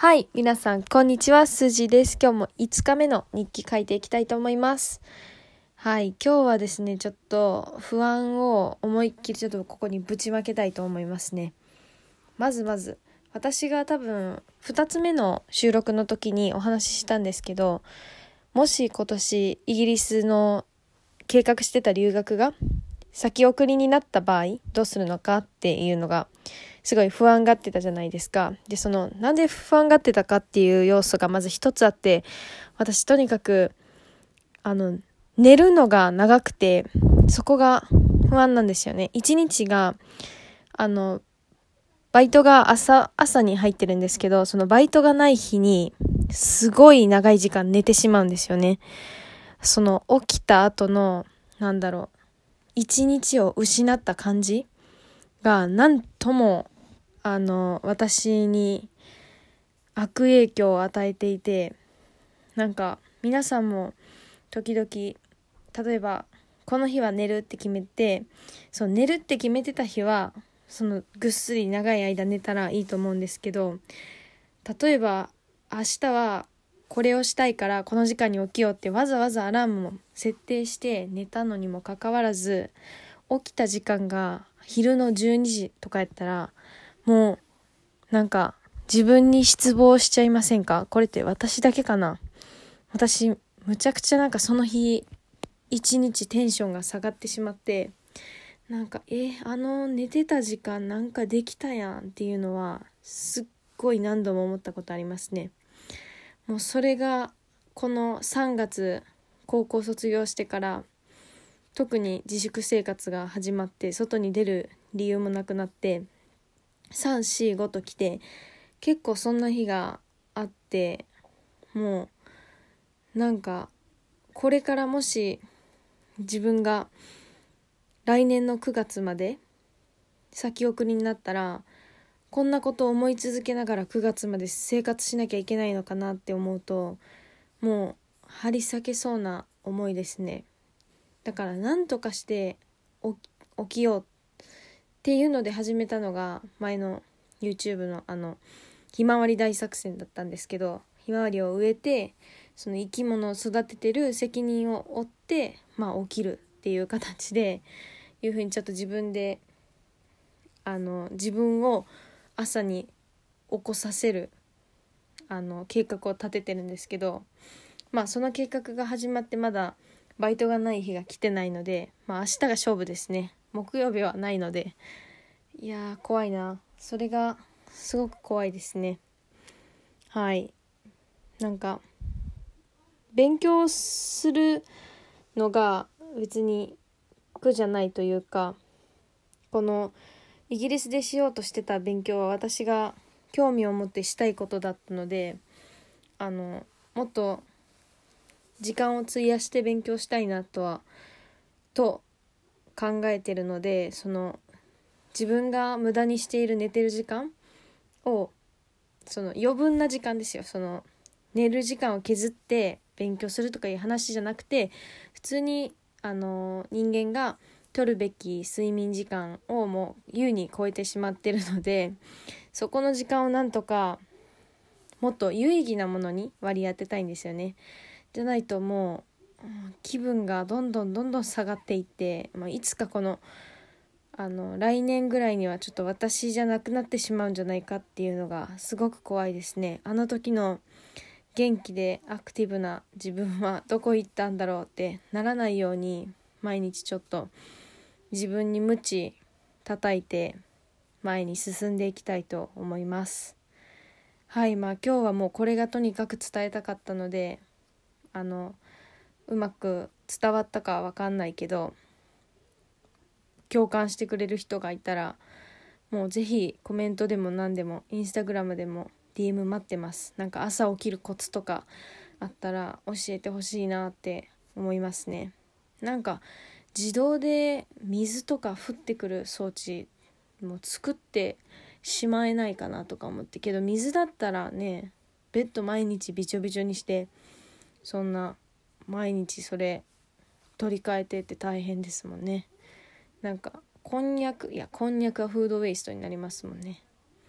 はい、皆さんこんにちは、すじです。今日も5日目の日記書いていきたいと思います。はい、今日はですね、ちょっと不安を思いっきりちょっとここにぶちまけたいと思いますね。まず私が多分2つ目の収録の時にお話ししたんですけど、もし今年イギリスの計画してた留学が先送りになった場合どうするのかっていうのがすごい不安がってたじゃないですか。で、なんで不安がってたかっていう要素がまず一つあって、私とにかく寝るのが長くて、そこが不安なんですよね。一日がバイトが朝に入ってるんですけど、そのバイトがない日にすごい長い時間寝てしまうんですよね。起きた後の一日を失った感じがなんとも私に悪影響を与えていて、皆さんも時々例えばこの日は寝るって決めて、寝るって決めてた日はぐっすり長い間寝たらいいと思うんですけど、例えば明日はこれをしたいからこの時間に起きようってわざわざアラームも設定して寝たのにもかかわらず、起きた時間が昼の12時とかやったら、もう自分に失望しちゃいませんか？これって私だけかな？私むちゃくちゃその日一日テンションが下がってしまって、寝てた時間できたやんっていうのはすっごい何度も思ったことありますね。もうそれがこの3月高校卒業してから特に自粛生活が始まって、外に出る理由もなくなって3、4、5と来て、結構そんな日があって、もうこれからもし自分が来年の9月まで先送りになったら、こんなことを思い続けながら9月まで生活しなきゃいけないのかなって思うと、もう張り裂けそうな思いですね。だから何とかして起きようっていうので始めたのが前の YouTube のひまわり大作戦だったんですけど、ひまわりを植えてその生き物を育ててる責任を負って、起きるっていう形でいうふうにちょっと自分で自分を朝に起こさせる計画を立ててるんですけど、その計画が始まってまだバイトがない日が来てないので、明日が勝負ですね。木曜日はないので、いやー怖いな。それがすごく怖いですね。はい、勉強するのが別に苦じゃないというか、このイギリスでしようとしてた勉強は私が興味を持ってしたいことだったので、もっと時間を費やして勉強したいなと考えてるので、自分が無駄にしている寝てる時間を余分な時間ですよ、寝る時間を削って勉強するとかいう話じゃなくて、普通に人間が取るべき睡眠時間をもう優に超えてしまってるので、そこの時間をなんとかもっと有意義なものに割り当てたいんですよね。じゃないともう気分がどんどん下がっていって、いつか来年ぐらいにはちょっと私じゃなくなってしまうんじゃないかっていうのがすごく怖いですね。あの時の元気でアクティブな自分はどこ行ったんだろうってならないように、毎日ちょっと自分に鞭叩いて前に進んでいきたいと思います。はい、今日はもうこれがとにかく伝えたかったので、うまく伝わったかは分かんないけど、共感してくれる人がいたらもうぜひコメントでも何でもインスタグラムでも DM 待ってます。朝起きるコツとかあったら教えてほしいなって思いますね。自動で水とか降ってくる装置も作ってしまえないかなとか思って、けど水だったらね、ベッド毎日びちょびちょにしてそんな毎日それ取り替えてって大変ですもんね。こんにゃくはフードウェイストになりますもんね。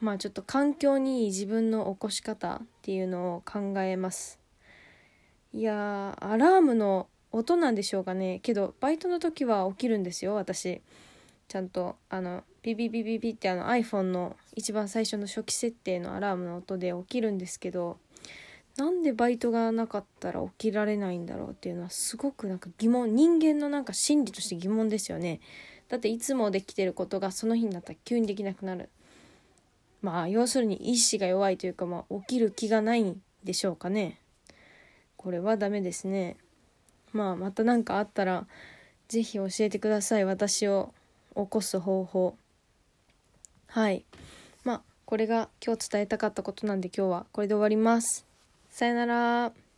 ちょっと環境にいい自分の起こし方っていうのを考えます。いやアラームの音なんでしょうかね。けどバイトの時は起きるんですよ、私。ちゃんとビビビビビって iPhone の一番最初の初期設定のアラームの音で起きるんですけど、なんでバイトがなかったら起きられないんだろうっていうのはすごく疑問、人間の心理として疑問ですよね。だっていつもできてることがその日になったら急にできなくなる。要するに意志が弱いというか、起きる気がないんでしょうかね。これはダメですね。また何かあったらぜひ教えてください。私を起こす方法。はい。これが今日伝えたかったことなんで、今日はこれで終わります。さよなら。